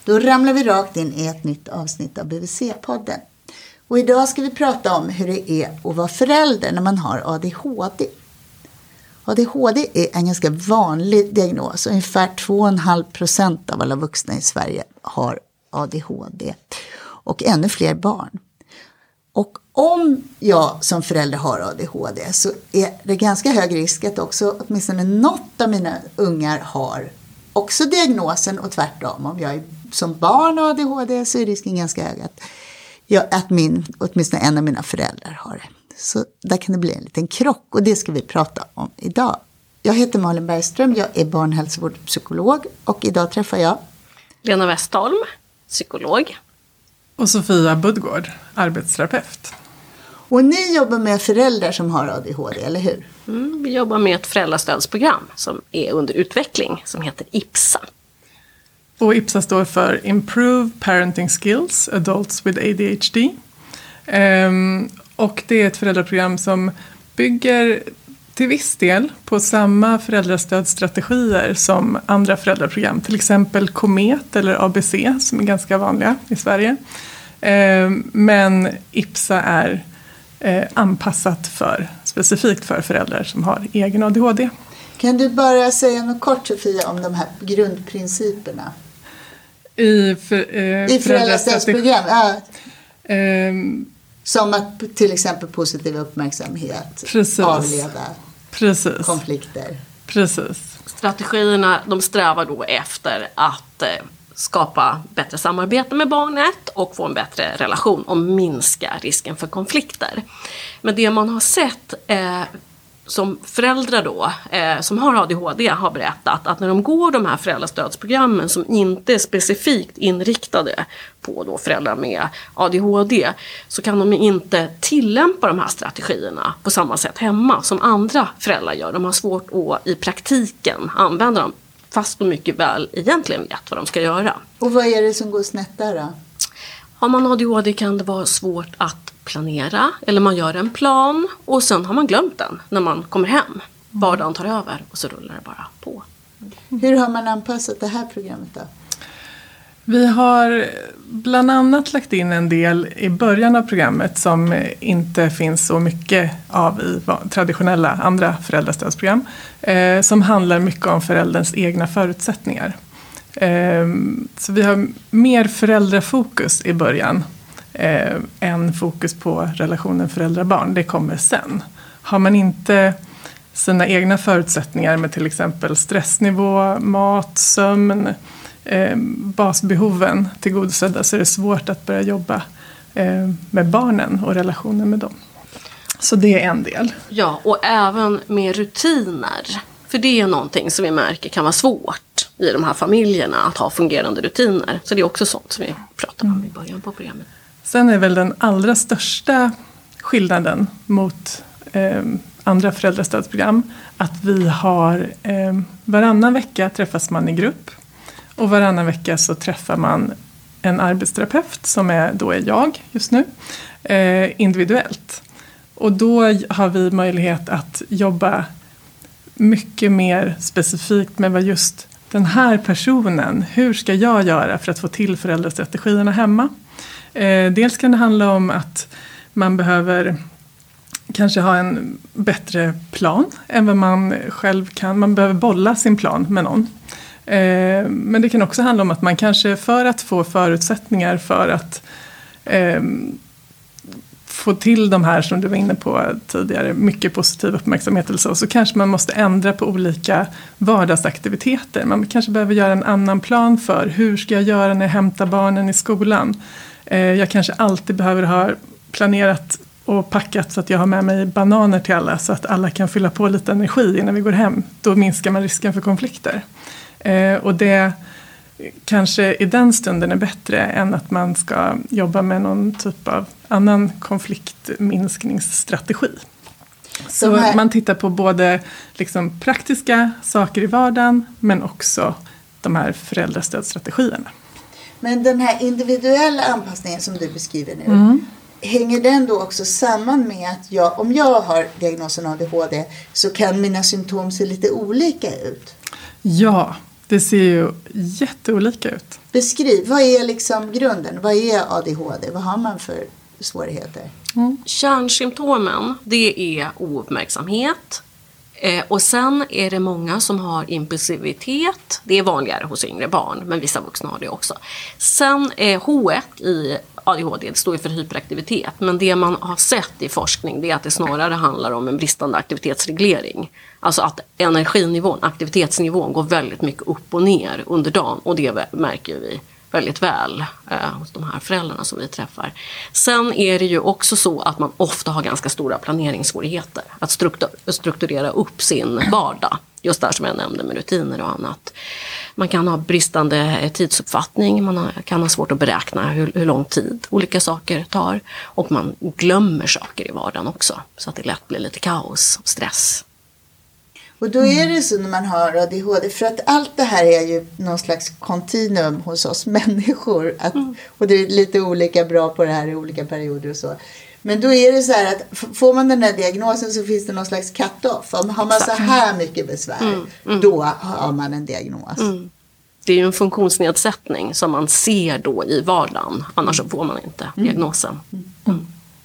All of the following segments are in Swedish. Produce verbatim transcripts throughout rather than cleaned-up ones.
Då ramlar vi rakt in i ett nytt avsnitt av B V C-podden. Och idag ska vi prata om hur det är att vara förälder när man har A D H D. A D H D är en ganska vanlig diagnos. Ungefär två komma fem procent av alla vuxna i Sverige har A D H D. Och ännu fler barn. Och om jag som förälder har A D H D så är det ganska hög risk att också åtminstone något av mina ungar har också diagnosen och tvärtom. Om jag är som barn har A D H D så är risken ganska hög att, jag, att min, åtminstone en av mina föräldrar har det. Så där kan det bli en liten krock och det ska vi prata om idag. Jag heter Malin Bergström, jag är barnhälsovårdspsykolog och idag träffar jag Lena Westholm, psykolog. Och Sofia Budgård, arbetsterapeut. Och ni jobbar med föräldrar som har A D H D, eller hur? Mm, vi jobbar med ett föräldrastödsprogram som är under utveckling som heter I P S A. Och I P S A står för Improve Parenting Skills, Adults with A D H D. Ehm, och det är ett föräldraprogram som bygger till viss del på samma föräldrastödsstrategier som andra föräldraprogram. Till exempel Komet eller A B C som är ganska vanliga i Sverige. Ehm, men I P S A är eh, anpassat för, specifikt för föräldrar som har egen A D H D. Kan du bara säga något kort, Sofia, om de här grundprinciperna? I, för, eh, I föräldrastödsprogram, ja. Ehm, Som att till exempel positiv uppmärksamhet, precis. avleda Precis. konflikter. Precis. Strategierna de strävar då efter att eh, skapa bättre samarbete med barnet och få en bättre relation och minska risken för konflikter. Men det man har sett eh, som föräldrar då, eh, som har A D H D har berättat att när de går de här föräldrastödsprogrammen som inte är specifikt inriktade på då föräldrar med A D H D så kan de inte tillämpa de här strategierna på samma sätt hemma som andra föräldrar gör. De har svårt att i praktiken använda dem fast de mycket väl egentligen vet vad de ska göra. Och vad är det som går snett där då? Har man A D H D kan det vara svårt att planera eller man gör en plan och sen har man glömt den när man kommer hem. Vardagen tar över och så rullar det bara på. Hur har man anpassat det här programmet då? Vi har bland annat lagt in en del i början av programmet som inte finns så mycket av i traditionella andra föräldrastödsprogram. Eh, som handlar mycket om förälderns egna förutsättningar. Eh, så vi har mer föräldrafokus i början. Eh, än fokus på relationen föräldrar-barn. Det kommer sen. Har man inte sina egna förutsättningar med till exempel stressnivå, mat, sömn, eh, basbehoven tillgodosedda så är det svårt att börja jobba eh, med barnen och relationen med dem. Så det är en del. Ja, och även med rutiner. För det är någonting som vi märker kan vara svårt i de här familjerna att ha fungerande rutiner. Så det är också sånt som vi pratar om i början på programmet. Sen är väl den allra största skillnaden mot eh, andra föräldrastödsprogram att vi har eh, varannan vecka träffas man i grupp och varannan vecka så träffar man en arbetsterapeut som är, då är jag just nu, eh, individuellt. Och då har vi möjlighet att jobba mycket mer specifikt med vad just den här personen, hur ska jag göra för att få till föräldrastrategierna hemma? Eh, dels kan det handla om att man behöver kanske ha en bättre plan än vad man själv kan. Man behöver bolla sin plan med någon. Eh, men det kan också handla om att man kanske för att få förutsättningar för att eh, få till de här som du var inne på tidigare, mycket positiv uppmärksamhet eller så, så kanske man måste ändra på olika vardagsaktiviteter. Man kanske behöver göra en annan plan för hur ska jag göra när jag hämtar barnen i skolan. Jag kanske alltid behöver ha planerat och packat så att jag har med mig bananer till alla så att alla kan fylla på lite energi innan vi går hem. Då minskar man risken för konflikter. Och det kanske i den stunden är bättre än att man ska jobba med någon typ av annan konfliktminskningsstrategi. Så här... man tittar på både liksom praktiska saker i vardagen men också de här föräldrastödsstrategierna. Men den här individuella anpassningen som du beskriver nu, mm. hänger den då också samman med att jag, om jag har diagnosen A D H D så kan mina symptom se lite olika ut? Ja, Det ser ju jätteolika ut. Beskriv, vad är liksom grunden? Vad är A D H D? Vad har man för svårigheter? Mm. Kärnsymptomen, det är ouppmärksamhet. Eh, och sen är det många som har impulsivitet. Det är vanligare hos yngre barn, men vissa vuxna har det också. Sen är H ett i A D H D, det står ju för hyperaktivitet. Men det man har sett i forskning, det är att det snarare handlar om en bristande aktivitetsreglering. Alltså att energinivån, aktivitetsnivån går väldigt mycket upp och ner under dagen. Och det märker vi väldigt väl eh, hos de här föräldrarna som vi träffar. Sen är det ju också så att man ofta har ganska stora planeringssvårigheter. Att struktur- strukturera upp sin vardag. Just där som jag nämnde med rutiner och annat. Man kan ha bristande tidsuppfattning. Man har, kan ha svårt att beräkna hur, hur lång tid olika saker tar. Och man glömmer saker i vardagen också. Så att det lätt blir lite kaos och stress. Och då är det så när man har A D H D, för att allt det här är ju någon slags kontinuum hos oss människor. Att, mm. Och det är lite olika bra på det här i olika perioder och så. Men då är det så här att får man den här diagnosen så finns det någon slags cut-off. Om har man så här mycket besvär, mm. Mm. då har man en diagnos. Mm. Det är ju en funktionsnedsättning som man ser då i vardagen. Annars mm. får man inte diagnosen. Mm. Mm.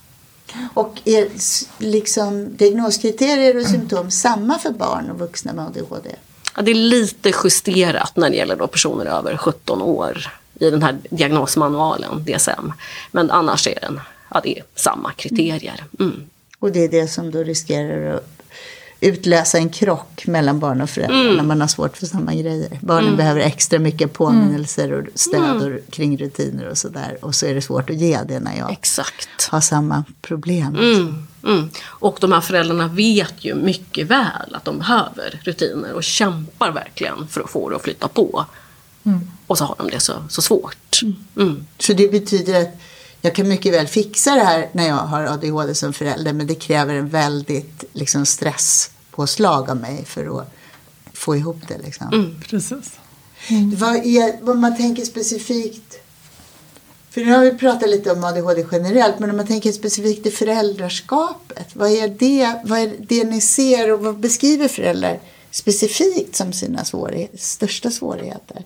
Och är liksom diagnoskriterier och symptom samma för barn och vuxna med A D H D? Ja, det är lite justerat när det gäller då personer över sjutton år i den här diagnosmanualen, D S M. Men annars är den, ja, det är samma kriterier. Mm. Och det är det som då riskerar att utlösa en krock mellan barn och föräldrar mm. när man har svårt för samma grejer. Barnen mm. behöver extra mycket påminnelser och stöd mm. kring rutiner och sådär. Och så är det svårt att ge det när jag Exakt. har samma problem. Mm. Mm. Och de här föräldrarna vet ju mycket väl att de behöver rutiner och kämpar verkligen för att få det att flytta på. Mm. Och så har de det så, så svårt. Mm. Mm. Så det betyder att jag kan mycket väl fixa det här när jag har A D H D som förälder, men det kräver en väldigt liksom, stresspåslag av mig för att få ihop det. Liksom. Mm, precis. Mm. Vad, är, vad man tänker specifikt, för nu har vi pratat lite om A D H D generellt, men om man tänker specifikt i föräldraskapet, vad är det, vad är det ni ser och vad beskriver föräldrar specifikt som sina svårigheter, största svårigheter?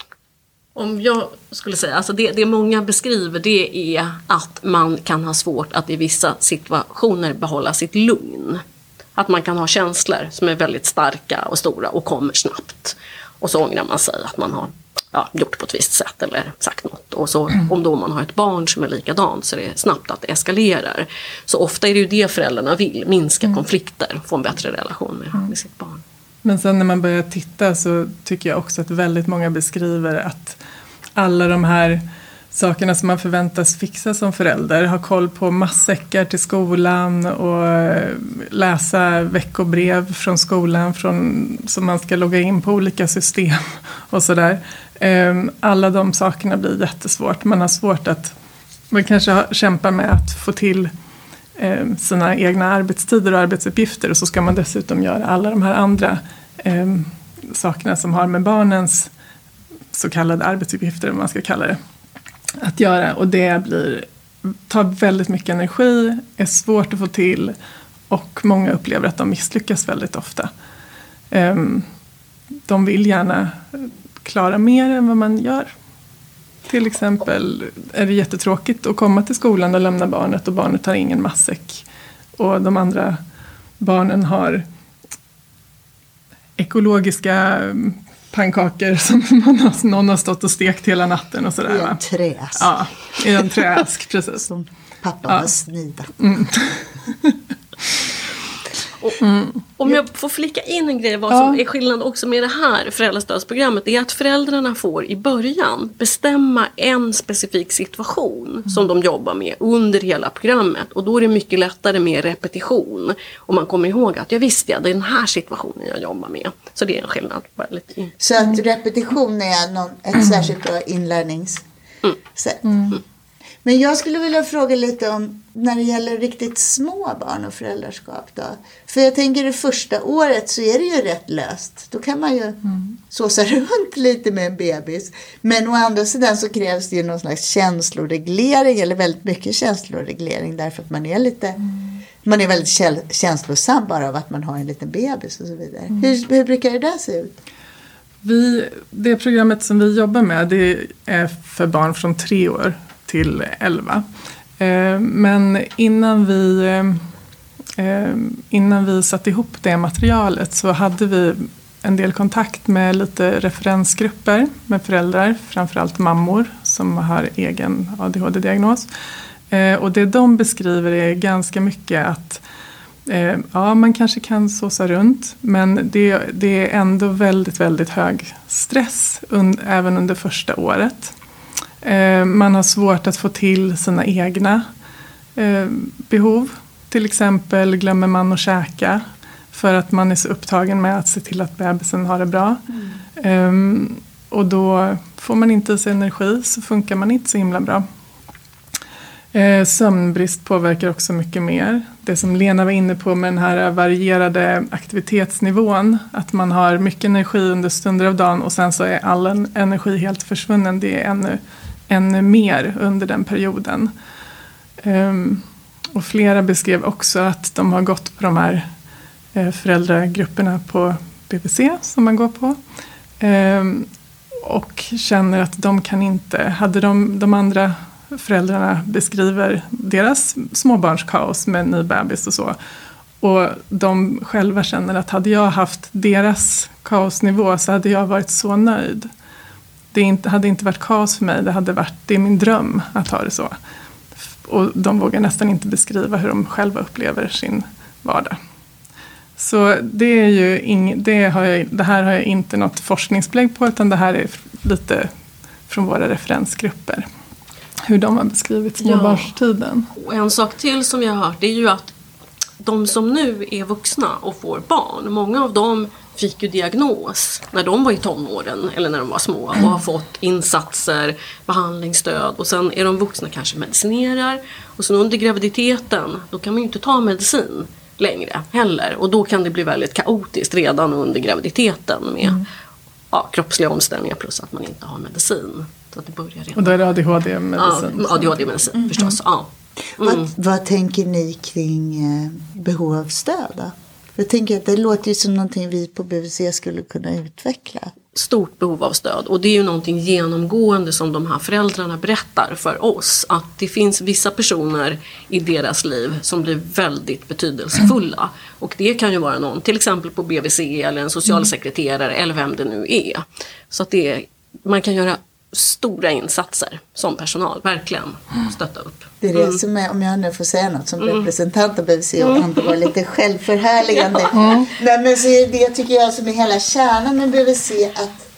Om jag skulle säga, alltså det, det många beskriver, det är att man kan ha svårt att i vissa situationer behålla sitt lugn. Att man kan ha känslor som är väldigt starka och stora och kommer snabbt. Och så ångrar man sig att man har ja, gjort på ett visst sätt eller sagt något. Och så om då man har ett barn som är likadant så är det snabbt att det eskalerar. Så ofta är det ju det föräldrarna vill, minska mm. konflikter, få en bättre relation med, med sitt barn. Men sen när man börjar titta så tycker jag också att väldigt många beskriver att alla de här sakerna som man förväntas fixa som förälder, ha koll på matsäckar till skolan och läsa veckobrev från skolan från, som man ska logga in på olika system och sådär. Alla de sakerna blir jättesvårt. Man har svårt att, man kanske kämpar med att få till sina egna arbetstider och arbetsuppgifter och så ska man dessutom göra alla de här andra eh, sakerna som har med barnens så kallade arbetsuppgifter, om man ska kalla det, att göra. Och det blir, tar väldigt mycket energi, är svårt att få till och många upplever att de misslyckas väldigt ofta. Eh, de vill gärna klara mer än vad man gör. Till exempel är det jättetråkigt att komma till skolan och lämna barnet och barnet har ingen matsäck. Och de andra barnen har ekologiska pannkakor som man har, någon har stått och stekt hela natten och sådär. I en träask. Ja, i en träask, precis. Som pappa ja. har snidat. Mm. Och, mm. Om jag får flika in en grej, vad som ja. är skillnad också med det här föräldrastödsprogrammet, det är att föräldrarna får i början bestämma en specifik situation mm. som de jobbar med under hela programmet. Och då är det mycket lättare med repetition. Och man kommer ihåg att jag visste att det är den här situationen jag jobbar med. Så det är en skillnad. Bara lite in. Så att repetition är någon, ett mm. särskilt bra inlärningssätt. Mm. Mm. Men jag skulle vilja fråga lite om när det gäller riktigt små barn och föräldraskap då. För jag tänker det första året så är det ju rätt löst. Då kan man ju mm. såsa runt lite med en bebis. Men å andra sidan så krävs det ju någon slags känsloreglering eller väldigt mycket känsloreglering därför att man är lite mm. man är väldigt känslosam bara av att man har en liten bebis och så vidare. Mm. Hur, hur brukar det där se ut? Vi, det programmet som vi jobbar med, det är för barn från tre år till elva. Eh, men innan vi, eh, innan vi satte ihop det materialet så hade vi en del kontakt med lite referensgrupper med föräldrar, framförallt mammor som har egen A D H D-diagnos. Eh, och det de beskriver är ganska mycket att eh, ja, man kanske kan såsa runt, men det, det är ändå väldigt, väldigt hög stress un, även under första året. Eh, man har svårt att få till sina egna eh, behov. Till exempel glömmer man att käka för att man är så upptagen med att se till att bebisen har det bra. Mm. Eh, och då får man inte i sig energi, så funkar man inte så himla bra. Eh, sömnbrist påverkar också mycket mer. Det som Lena var inne på med den här varierade aktivitetsnivån. Att man har mycket energi under stunder av dagen och sen så är all energi helt försvunnen. Det är ännu, ännu mer under den perioden. Eh, och flera beskrev också att de har gått på de här eh, föräldragrupperna på B V C som man går på. Eh, och känner att de kan inte, hade de, de andra föräldrarna beskriver deras småbarnskaos med ny bebis och så. Och de själva känner att hade jag haft deras kaosnivå så hade jag varit så nöjd. Det inte, hade inte varit kaos för mig, det hade varit, det är min dröm att ha det så. Och de vågar nästan inte beskriva hur de själva upplever sin vardag. Så det är ju ing, det, har jag, det här har jag inte något forskningsbelägg på, utan det här är lite från våra referensgrupper. Hur de har beskrivit småbarnstiden. Ja. Och en sak till som jag har hört, det är ju att de som nu är vuxna och får barn, många av dem fick ju diagnos när de var i tonåren eller när de var små och har fått insatser, behandlingsstöd, och sen är de vuxna kanske medicinerar, och sen under graviditeten då kan man ju inte ta medicin längre heller, och då kan det bli väldigt kaotiskt redan under graviditeten med mm. ja, kroppsliga omställningar plus att man inte har medicin. Så att det börjar redan. Och då är det A D H D-medicin? Ja, A D H D-medicin mm. förstås. Ja. Mm. Vad, vad tänker ni kring eh, behov av stöd då? Jag tänker att det låter ju som någonting vi på B V C skulle kunna utveckla. Stort behov av stöd, och det är ju någonting genomgående som de här föräldrarna berättar för oss, att det finns vissa personer i deras liv som blir väldigt betydelsefulla, och det kan ju vara någon till exempel på B V C eller en socialsekreterare eller vem det nu är. Så att det är, man kan göra stora insatser som personal, verkligen stötta upp. Det är det mm. som är, om jag nu får säga något som mm. representant av B V C och ändå vara lite självförhärligande. Mm. Nej, men så är det tycker jag som är hela kärnan med B V C, att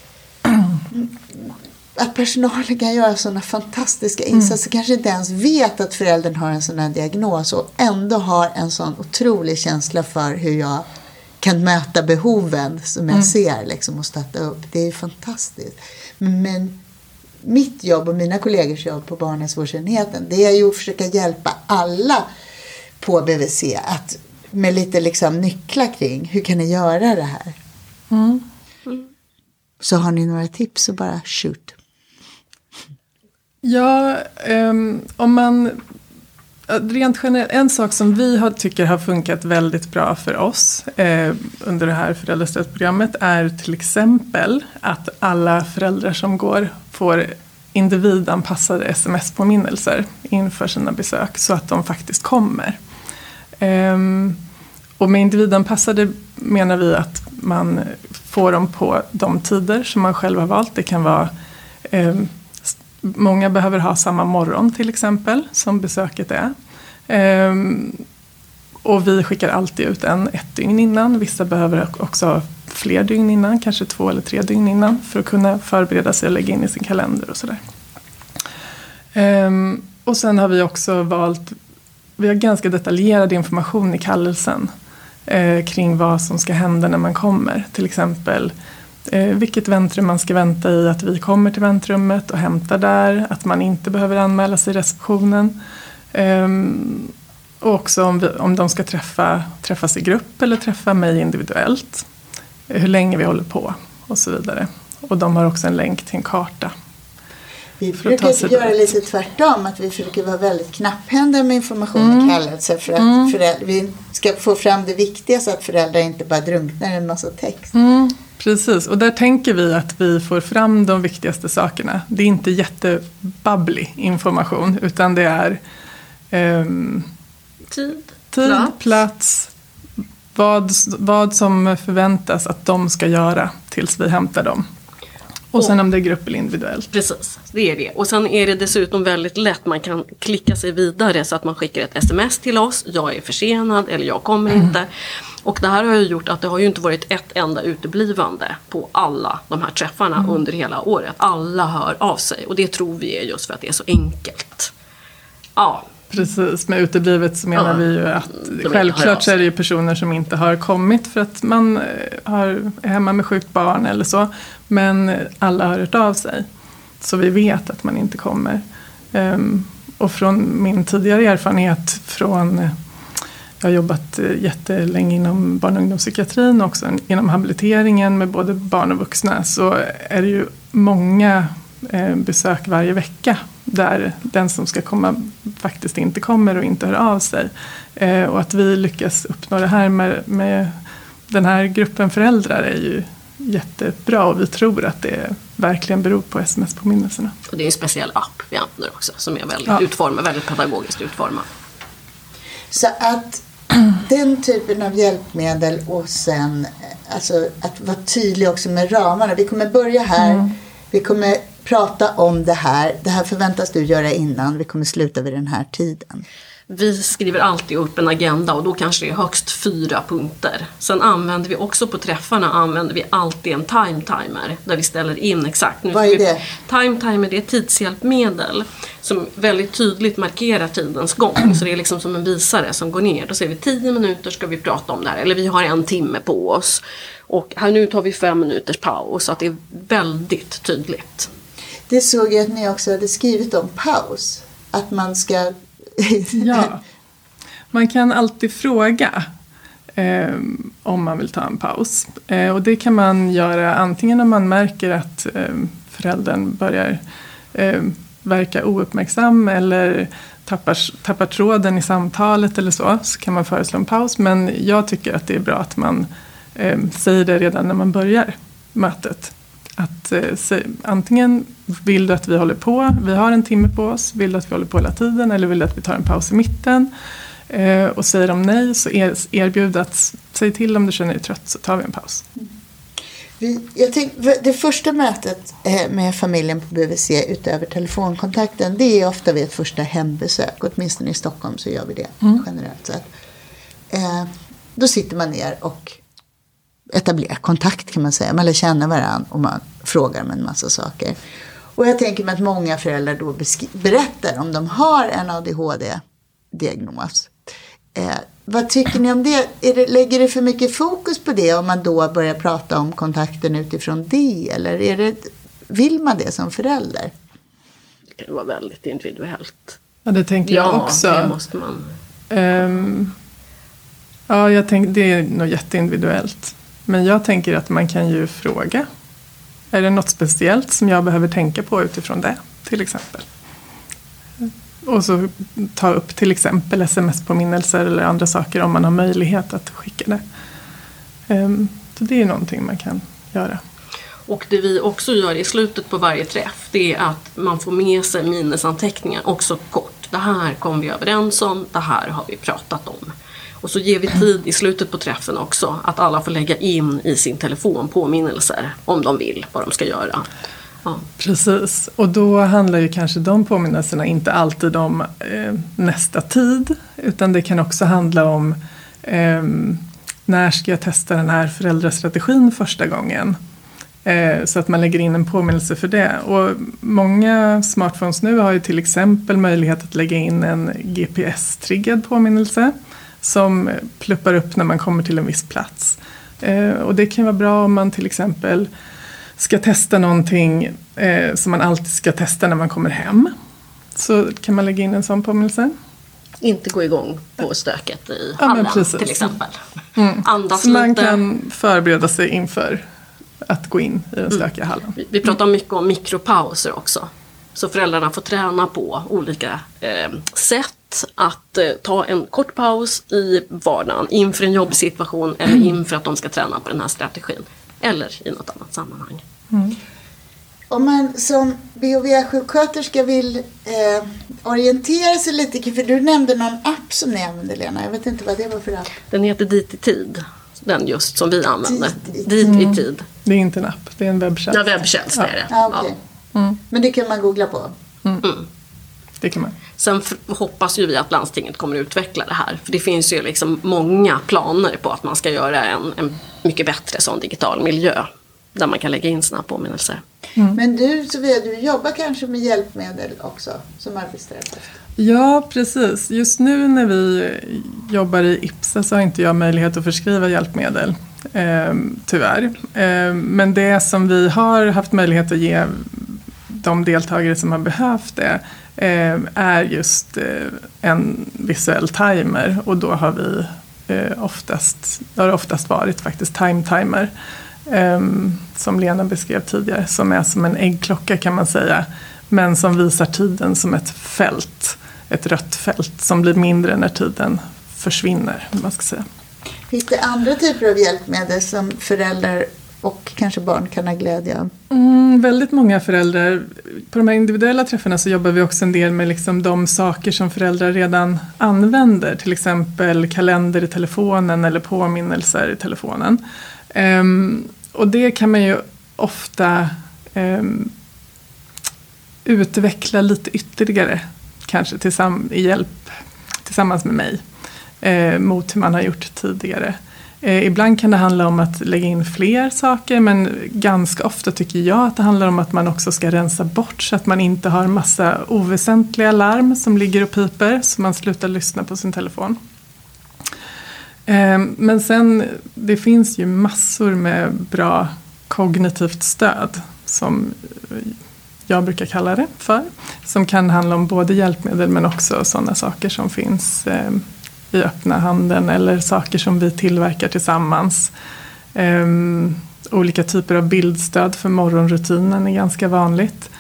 att personalen kan göra sådana fantastiska insatser. Mm. Kanske inte ens vet att föräldern har en sån här diagnos och ändå har en sån otrolig känsla för hur jag kan möta behoven som jag mm. ser liksom, och stötta upp. Det är fantastiskt. Men mitt jobb och mina kollegors jobb på barnhälsovårdsenheten, det är ju att försöka hjälpa alla på B V C att med lite liksom nycklar kring hur kan ni göra det här. Mm. Mm. Så har ni några tips så bara shoot. Ja, um, om man rent generellt, en sak som vi har, tycker har funkat väldigt bra för oss eh, under det här föräldrastödsprogrammet är till exempel att alla föräldrar som går får individanpassade sms-påminnelser inför sina besök så att de faktiskt kommer. Eh, och med individanpassade menar vi att man får dem på de tider som man själv har valt. Det kan vara eh, många behöver ha samma morgon till exempel som besöket är. Ehm, och vi skickar alltid ut en ett dygn innan. Vissa behöver också ha fler dygn innan, kanske två eller tre dygn innan för att kunna förbereda sig och lägga in i sin kalender och sådär. Ehm, och sen har vi också valt, vi har ganska detaljerad information i kallelsen eh, kring vad som ska hända när man kommer. Till exempel Eh, vilket väntrum man ska vänta i, att vi kommer till väntrummet och hämtar där, att man inte behöver anmäla sig i receptionen. Eh, och också om, vi, om de ska träffa, träffas i grupp eller träffa mig individuellt. Eh, hur länge vi håller på och så vidare. Och de har också en länk till en karta. Vi brukar göra lite tvärtom, att vi försöker vara väldigt knapphändiga med information mm. i kallelse för att mm. föräldrar, vi ska få fram det viktiga så att föräldrar inte bara drunknar i en massa text. Mm. Precis, och där tänker vi att vi får fram de viktigaste sakerna. Det är inte jättebabblig information, utan det är ehm, Tid, tid plats, plats vad, vad som förväntas att de ska göra tills vi hämtar dem. Och sen om det är grupp eller individuellt. Precis, det är det. Och sen är det dessutom väldigt lätt. Man kan klicka sig vidare så att man skickar ett sms till oss. Jag är försenad eller jag kommer mm. inte. Och det här har ju gjort att det har ju inte varit ett enda uteblivande på alla de här träffarna mm. under hela året. Alla hör av sig och det tror vi är just för att det är så enkelt. Ja. Precis, med uteblivet så menar ja, vi ju att självklart så är det ju personer som inte har kommit för att man har, är hemma med sjukt barn eller så. Men alla har hört av sig. Så vi vet att man inte kommer. Um, och från min tidigare erfarenhet från, jag har jobbat jättelänge inom barn- och ungdomspsykiatrin och också inom habiliteringen med både barn och vuxna, så är det ju många eh, besök varje vecka där den som ska komma faktiskt inte kommer och inte hör av sig. Eh, och att vi lyckas uppnå det här med, med den här gruppen föräldrar är ju jättebra, och vi tror att det verkligen beror på sms-påminnelserna. Och det är en speciell app vi använder också som är väldigt ja. utformad, väldigt pedagogiskt utformad. Så att den typen av hjälpmedel och sen alltså att vara tydlig också med ramarna. Vi kommer börja här, mm. vi kommer prata om det här. Det här förväntas du göra innan. Vi kommer sluta vid den här tiden. Vi skriver alltid upp en agenda och då kanske det är högst fyra punkter. Sen använder vi också på träffarna använder vi alltid en time timer där vi ställer in exakt. Nu Vad är det? Time timer, det är ett tidshjälpmedel som väldigt tydligt markerar tidens gång. Så det är liksom som en visare som går ner. Då säger vi tio minuter ska vi prata om det här. Eller vi har en timme på oss. Och här nu tar vi fem minuters paus så att det är väldigt tydligt. Det såg jag att ni också hade skrivit om paus. Att man ska... Ja, man kan alltid fråga eh, om man vill ta en paus. Eh, och det kan man göra antingen om man märker att eh, föräldern börjar eh, verka ouppmärksam eller tappar, tappar tråden i samtalet eller så, så kan man föreslå en paus. Men jag tycker att det är bra att man eh, säger det redan när man börjar mötet. Att eh, se, antingen vill du att vi håller på, vi har en timme på oss, vill du att vi håller på hela tiden eller vill du att vi tar en paus i mitten, eh, och säger de nej så er, erbjud att säg till om du känner dig trött så tar vi en paus. Mm. Vi, jag tänkte, det första mötet eh, med familjen på B V C utöver telefonkontakten, det är ofta vid ett första hembesök, åtminstone i Stockholm så gör vi det mm. generellt sett. Eh, då sitter man ner och etablera kontakt kan man säga. Man lär känna varandra och man frågar om en massa saker. Och jag tänker mig att många föräldrar då beskri- berättar om de har en A D H D-diagnos. Eh, vad tycker ni om det? Är det? Lägger det för mycket fokus på det om man då börjar prata om kontakten utifrån det? Eller är det, vill man det som förälder? Det kan vara väldigt individuellt. Ja, det tänker jag ja, också. Det måste man. Um, ja, jag tänker det är nog jätteindividuellt. Men jag tänker att man kan ju fråga. Är det något speciellt som jag behöver tänka på utifrån det, till exempel? Och så ta upp till exempel sms-påminnelser eller andra saker om man har möjlighet att skicka det. Så det är någonting man kan göra. Och det vi också gör i slutet på varje träff, det är att man får med sig minnesanteckningar också kort. Det här kom vi överens om, det här har vi pratat om. Och så ger vi tid i slutet på träffen också att alla får lägga in i sin telefon påminnelser om de vill vad de ska göra. Ja. Precis, och då handlar ju kanske de påminnelserna inte alltid om eh, nästa tid, utan det kan också handla om eh, när ska jag testa den här föräldrastrategin första gången. Eh, så att man lägger in en påminnelse för det. Och många smartphones nu har ju till exempel möjlighet att lägga in en G P S-triggad påminnelse som pluppar upp när man kommer till en viss plats. Eh, och det kan vara bra om man till exempel ska testa någonting eh, som man alltid ska testa när man kommer hem. Så kan man lägga in en sån påminnelse. Inte gå igång på stöket i ja, hallen till exempel. Mm. Andas så lite. Man kan förbereda sig inför att gå in i den stökiga hallen. Mm. Vi, vi pratar mycket om mikropauser också. Så föräldrarna får träna på olika eh, sätt att eh, ta en kort paus i vardagen inför en jobbsituation eller inför att de ska träna på den här strategin. eller i något annat sammanhang. Mm. Om man som B O V-sjuksköterska vill eh, orientera sig lite, för du nämnde någon app som ni använder, Lena. Jag vet inte vad det var för app. Den heter Dit i tid. Den just som vi använder. Dit i Dit Mm. i tid. Det är inte en app, det är en webbtjänst. Ja, webbtjänst är det. Ah, okay. Mm. Men det kan man googla på. Mm. Det kan man. Sen f- hoppas ju vi att landstinget kommer att utveckla det här. För det finns ju liksom många planer på att man ska göra en, en mycket bättre sån digital miljö. Där man kan lägga in sina påminnelser. Mm. Men du, Sofia, du jobbar kanske med hjälpmedel också som arbetsterapeut? Ja, precis. Just nu när vi jobbar i IPSA så har inte jag möjlighet att förskriva hjälpmedel, eh, tyvärr. Eh, men det som vi har haft möjlighet att ge de deltagare som har behövt det eh, är just eh, en visuell timer. Och då har vi eh, oftast, det har oftast varit faktiskt time timer. Um, som Lena beskrev tidigare, som är som en äggklocka kan man säga, men som visar tiden som ett fält, ett rött fält som blir mindre när tiden försvinner, man ska säga. Finns det andra typer av hjälpmedel som föräldrar och kanske barn kan ha glädje av? Mm, väldigt många föräldrar, på de här individuella träffarna så jobbar vi också en del med liksom de saker som föräldrar redan använder, till exempel kalender i telefonen eller påminnelser i telefonen. Um, och det kan man ju ofta um, utveckla lite ytterligare, kanske tillsamm- i hjälp tillsammans med mig, eh, mot hur man har gjort tidigare. Eh, ibland kan det handla om att lägga in fler saker, men ganska ofta tycker jag att det handlar om att man också ska rensa bort så att man inte har massa oväsentliga larm som ligger och piper så man slutar lyssna på sin telefon. Men sen, det finns ju massor med bra kognitivt stöd som jag brukar kalla det för. Som kan handla om både hjälpmedel men också sådana saker som finns i öppna handen eller saker som vi tillverkar tillsammans. Olika typer av bildstöd för morgonrutinen är ganska vanligt.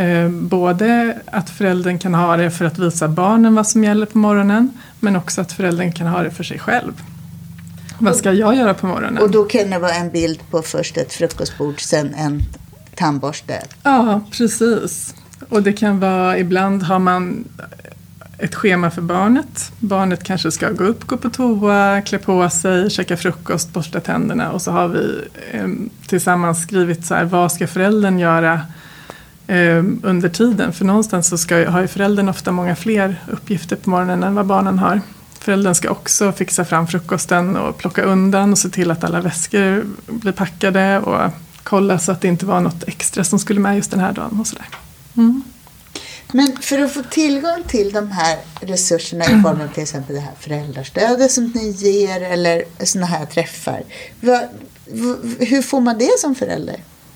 Både att föräldern kan ha det för att visa barnen vad som gäller på morgonen, men också att föräldern kan ha det för sig själv. Vad ska jag göra på morgonen? Och då kan det vara en bild på först ett frukostbord, sen en tandborste. Ja, precis. Och det kan vara, ibland har man ett schema för barnet. Barnet kanske ska gå upp, gå på toa, klä på sig, käka frukost, borsta tänderna. Och så har vi eh, tillsammans skrivit så här, vad ska föräldern göra eh, under tiden? För någonstans så ska, har ju föräldern ofta många fler uppgifter på morgonen än vad barnen har. Föräldern ska också fixa fram frukosten och plocka undan och se till att alla väskor blir packade och kolla så att det inte var något extra som skulle med just den här dagen och sådär. Mm. Men för att få tillgång till de här resurserna i form av till exempel det här föräldrastödet som ni ger eller såna här träffar, vad, v- hur får man det som förälder?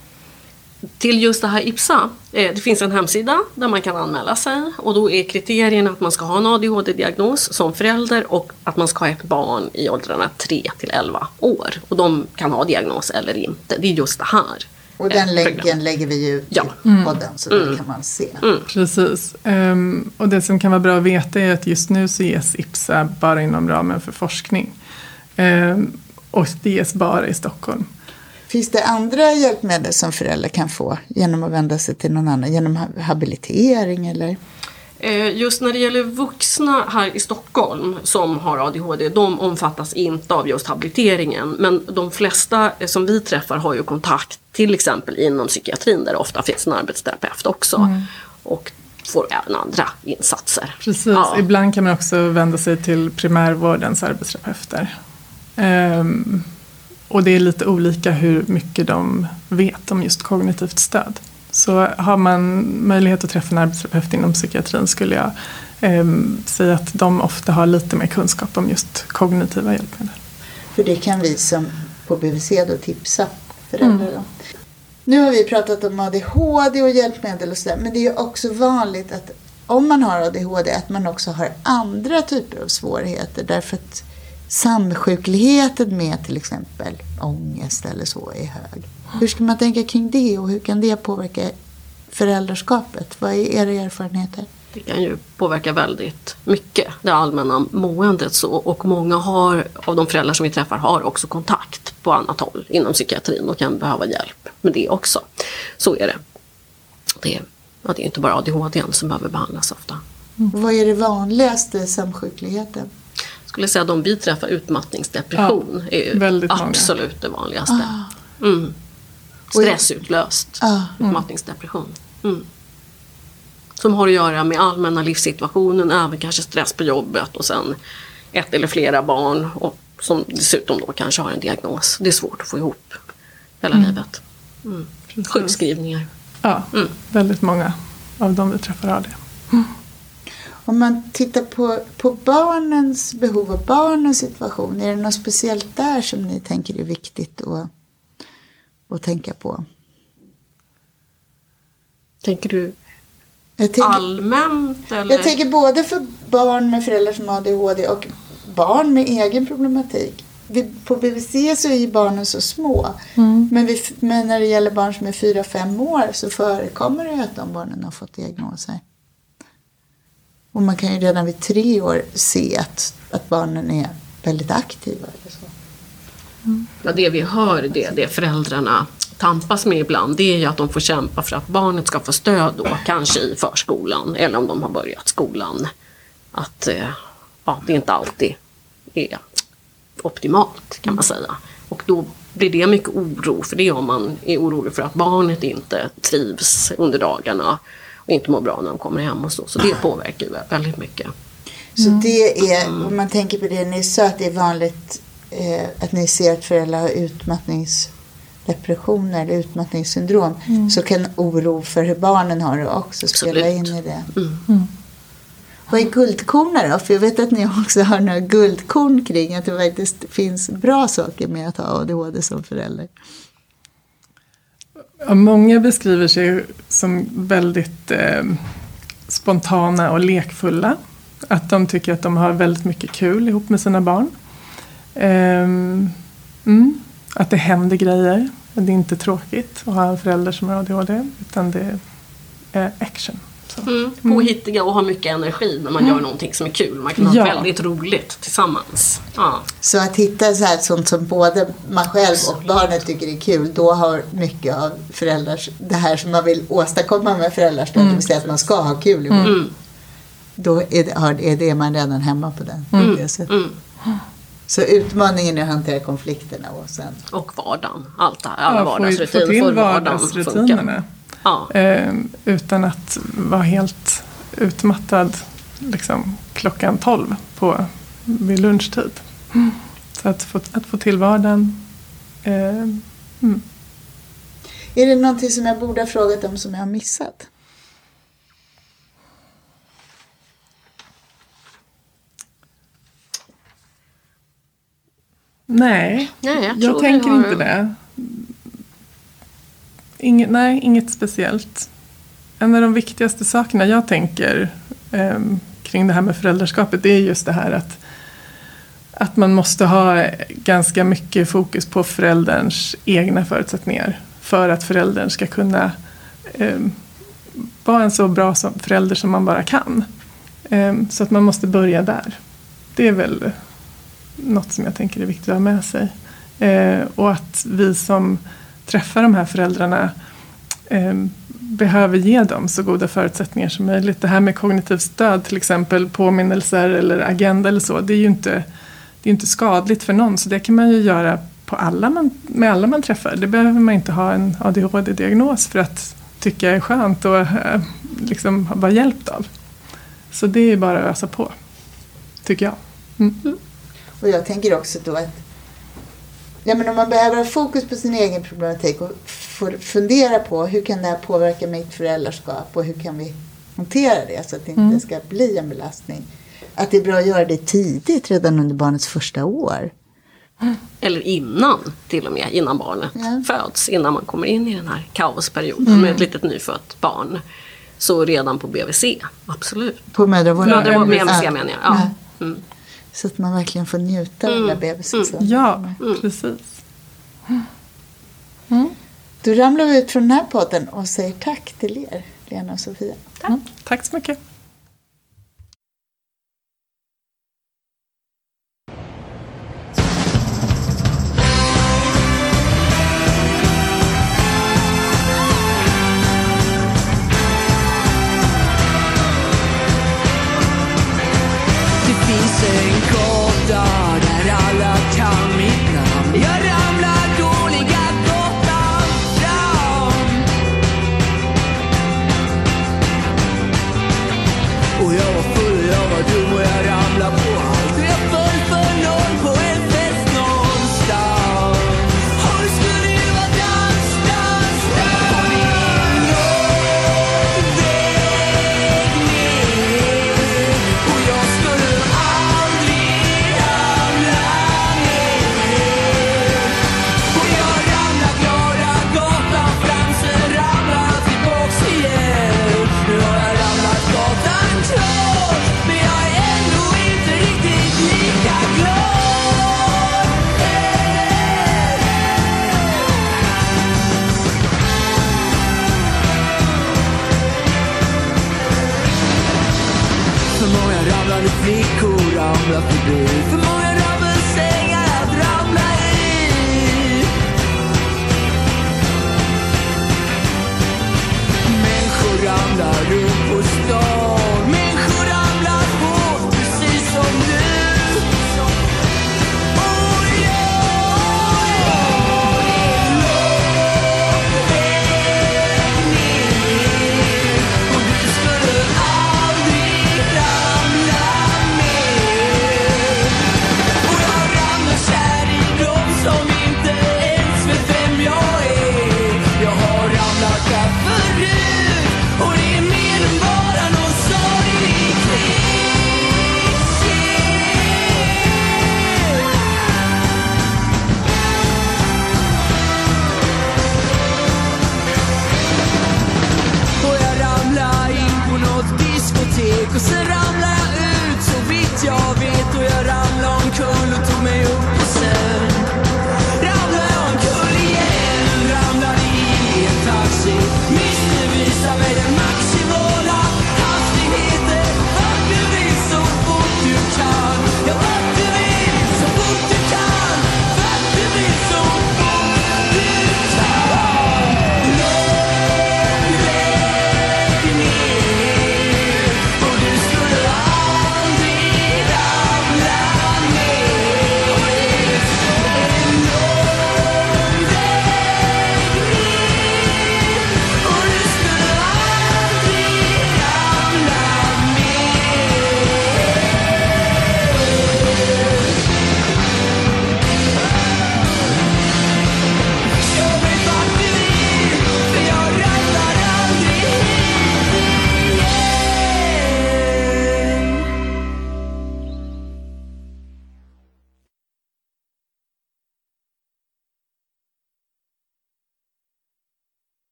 Till just det här IPSA, eh, det finns en hemsida där man kan anmäla sig och då är kriterierna att man ska ha en A D H D-diagnos som förälder och att man ska ha ett barn i åldrarna tre till elva år. Och de kan ha diagnos eller inte, det är just det här. Och den eh, länken programmet. lägger vi ju Ja. i podden så mm. där kan man se. Mm. Precis. Um, och det som kan vara bra att veta är att just nu så ges IPSA bara inom ramen för forskning. Um, och det ges bara i Stockholm. Finns det andra hjälpmedel som föräldrar kan få genom att vända sig till någon annan? Genom habilitering eller? Just när det gäller vuxna här i Stockholm som har A D H D, de omfattas inte av just habiliteringen. Men de flesta som vi träffar har ju kontakt till exempel inom psykiatrin där det ofta finns en arbetsterapeut också. Mm. Och får även andra insatser. Precis, ja. Ibland kan man också vända sig till primärvårdens arbetsterapeuter. Um, och det är lite olika hur mycket de vet om just kognitivt stöd. Så har man möjlighet att träffa en arbetsterapeut inom psykiatrin skulle jag eh, säga att de ofta har lite mer kunskap om just kognitiva hjälpmedel. För det kan vi som på B V C då tipsa föräldrar om. Mm. Nu har vi pratat om A D H D och hjälpmedel och sådär, men det är ju också vanligt att om man har A D H D att man också har andra typer av svårigheter därför att samsjukligheten med till exempel ångest eller så är hög. Hur ska man tänka kring det och hur kan det påverka föräldraskapet? Vad är era erfarenheter? Det kan ju påverka väldigt mycket det allmänna måendet så, och många har, av de föräldrar som vi träffar har också kontakt på annat håll inom psykiatrin och kan behöva hjälp med det också. Så är det. Det är, ja, det är inte bara A D H D som behöver behandlas ofta. Mm. Vad är det vanligaste samsjukligheten? Jag skulle säga att de vi träffar, utmattningsdepression, ja, är ju absolut det vanligaste. Ah. Mm. Stressutlöst ah. utmattningsdepression. Mm. Som har att göra med allmänna livssituationen, även kanske stress på jobbet och sen ett eller flera barn och som dessutom då kanske har en diagnos. Det är svårt att få ihop hela mm. livet. Mm. Sjukskrivningar. Ja, mm. väldigt många av dem vi träffar har det. Mm. Om man tittar på, på barnens behov och barnens situation, är det något speciellt där som ni tänker är viktigt att, att tänka på? Tänker du jag tänker, allmänt? Eller? Jag tänker både för barn med föräldrar som har A D H D och barn med egen problematik. Vi, på B V C så är ju barnen så små. Mm. Men, vi, men när det gäller barn som är fyra fem år så förekommer det att de barnen har fått diagnoser. Och man kan ju redan vid tre år se att, att barnen är väldigt aktiva. Eller så. Mm. Ja, det vi hör, det, det föräldrarna tampas med ibland, det är ju att de får kämpa för att barnet ska få stöd då, kanske i förskolan eller om de har börjat skolan. Att ja, det inte alltid är optimalt kan man säga. Och då blir det mycket oro, för det är om man är orolig för att barnet inte trivs under dagarna och inte mår bra när de kommer hem och så. Så det påverkar ju väldigt mycket. Så det är, om man tänker på det ni sa, att det är vanligt eh, att ni ser att föräldrar har utmattningsdepressioner eller utmattningssyndrom, mm. så kan oro för hur barnen har det också spela Absolut. in i det. Mm. Mm. Vad är guldkorn då? För jag vet att ni också har några guldkorn kring att det faktiskt finns bra saker med att ha A D H D som förälder. Ja, många beskriver sig som väldigt eh, spontana och lekfulla. Att de tycker att de har väldigt mycket kul ihop med sina barn. Eh, mm, att det händer grejer. Det är inte tråkigt att ha en förälder som har A D H D, utan det är action. Mm, påhittiga och ha mycket energi när man mm. gör någonting som är kul. Man kan ha ja. väldigt roligt tillsammans. Ja. Så att hitta så här, sånt som både man själv och barnet tycker är kul, då har mycket av föräldrars, det här som man vill åstadkomma med föräldrarstöd, mm. det vill säga att man ska ha kul ihop. Mm. Då är det, är det man redan hemma på den. Mm. Det mm. Så utmaningen är att hantera konflikterna och sen. Och vardagen. Allt det här, alla ja, vardagsrutiner. Få till vardagsrutinerna. Ja. Eh, utan att vara helt utmattad liksom, klockan tolv på, vid lunchtid. Mm. Så att få, att få till vardagen. Eh, mm. Är det någonting som jag borde ha frågat om som jag har missat? Nej, nej jag, jag tänker har... inte det. Inget, nej, inget speciellt. En av de viktigaste sakerna jag tänker eh, kring det här med föräldraskapet, det är just det här att, att man måste ha ganska mycket fokus på förälderns egna förutsättningar för att föräldern ska kunna eh, vara en så bra som förälder som man bara kan. Eh, så att man måste börja där. Det är väl något som jag tänker är viktigt att ha med sig. Eh, och att vi som träffar de här föräldrarna eh, behöver ge dem så goda förutsättningar som möjligt. Det här med kognitivt stöd, till exempel påminnelser eller agenda eller så, det är ju inte, det är inte skadligt för någon. Så det kan man ju göra på alla man, med alla man träffar. Det behöver man inte ha en A D H D-diagnos för att tycka är skönt och eh, liksom vara hjälpt av. Så det är bara att ösa på, tycker jag. Mm. Mm. Och jag tänker också då att ja, men om man behöver ha fokus på sin egen problematik och fundera på hur kan det här påverka mitt föräldraskap och hur kan vi hantera det så att det inte mm. ska bli en belastning. Att det är bra att göra det tidigt, redan under barnets första år. Eller innan, till och med, innan barnet ja. föds, innan man kommer in i den här kaosperioden mm. med ett litet nyfött barn. Så redan på B V C, absolut. På mödravården? Mödravården, B V C menar jag, ja. ja. Mm. Så att man verkligen får njuta mm. av den bebisen. Mm. Ja, mm. precis. Mm. Då ramlar vi ut från den här podden och säger tack till er, Lena och Sofia. Tack, mm. tack så mycket. Och jag var full, jag var dum och jag ramlade på allt. Jag föll för någon på en fest någonstans. Och det skulle ju vara dans, dans, dans. Och det är en lång väg ner. Och jag skulle aldrig ramla ner. Och jag ramlar klara gatan fram, sen ramlar jag tillbaks igen. Nu har jag ramlat gatan klart, men jag är ändå inte riktigt lika glad. För många ramlade flickor ramlar förbi. För många rabbelsängar att ramla i. Människor ramlar runt på stan. Människor ramlar hårt, precis som du. Och jag är en lång väg ner. Och du skulle aldrig ramla mer. Och jag ramlar kär i dem som inte ens vet vem jag är. Jag har ramlat där förut, och det är mer än bara någon sorglig kliché. Och jag ramlar in på något diskotek och sen ramlar